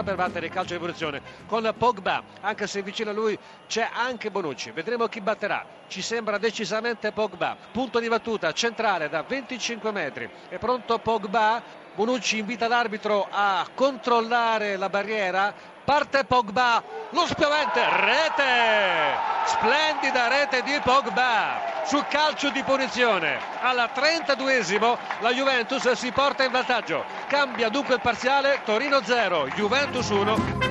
per battere il calcio di punizione con Pogba, anche se vicino a lui c'è anche Bonucci. Vedremo chi batterà. Ci sembra decisamente Pogba. Punto di battuta centrale da 25 metri. È pronto Pogba. Bonucci invita l'arbitro a controllare la barriera. Parte Pogba, lo spiovente, rete! Splendida rete di Pogba sul calcio di punizione. Al 32esimo la Juventus si porta in vantaggio. Cambia dunque il parziale: Torino 0, Juventus 1.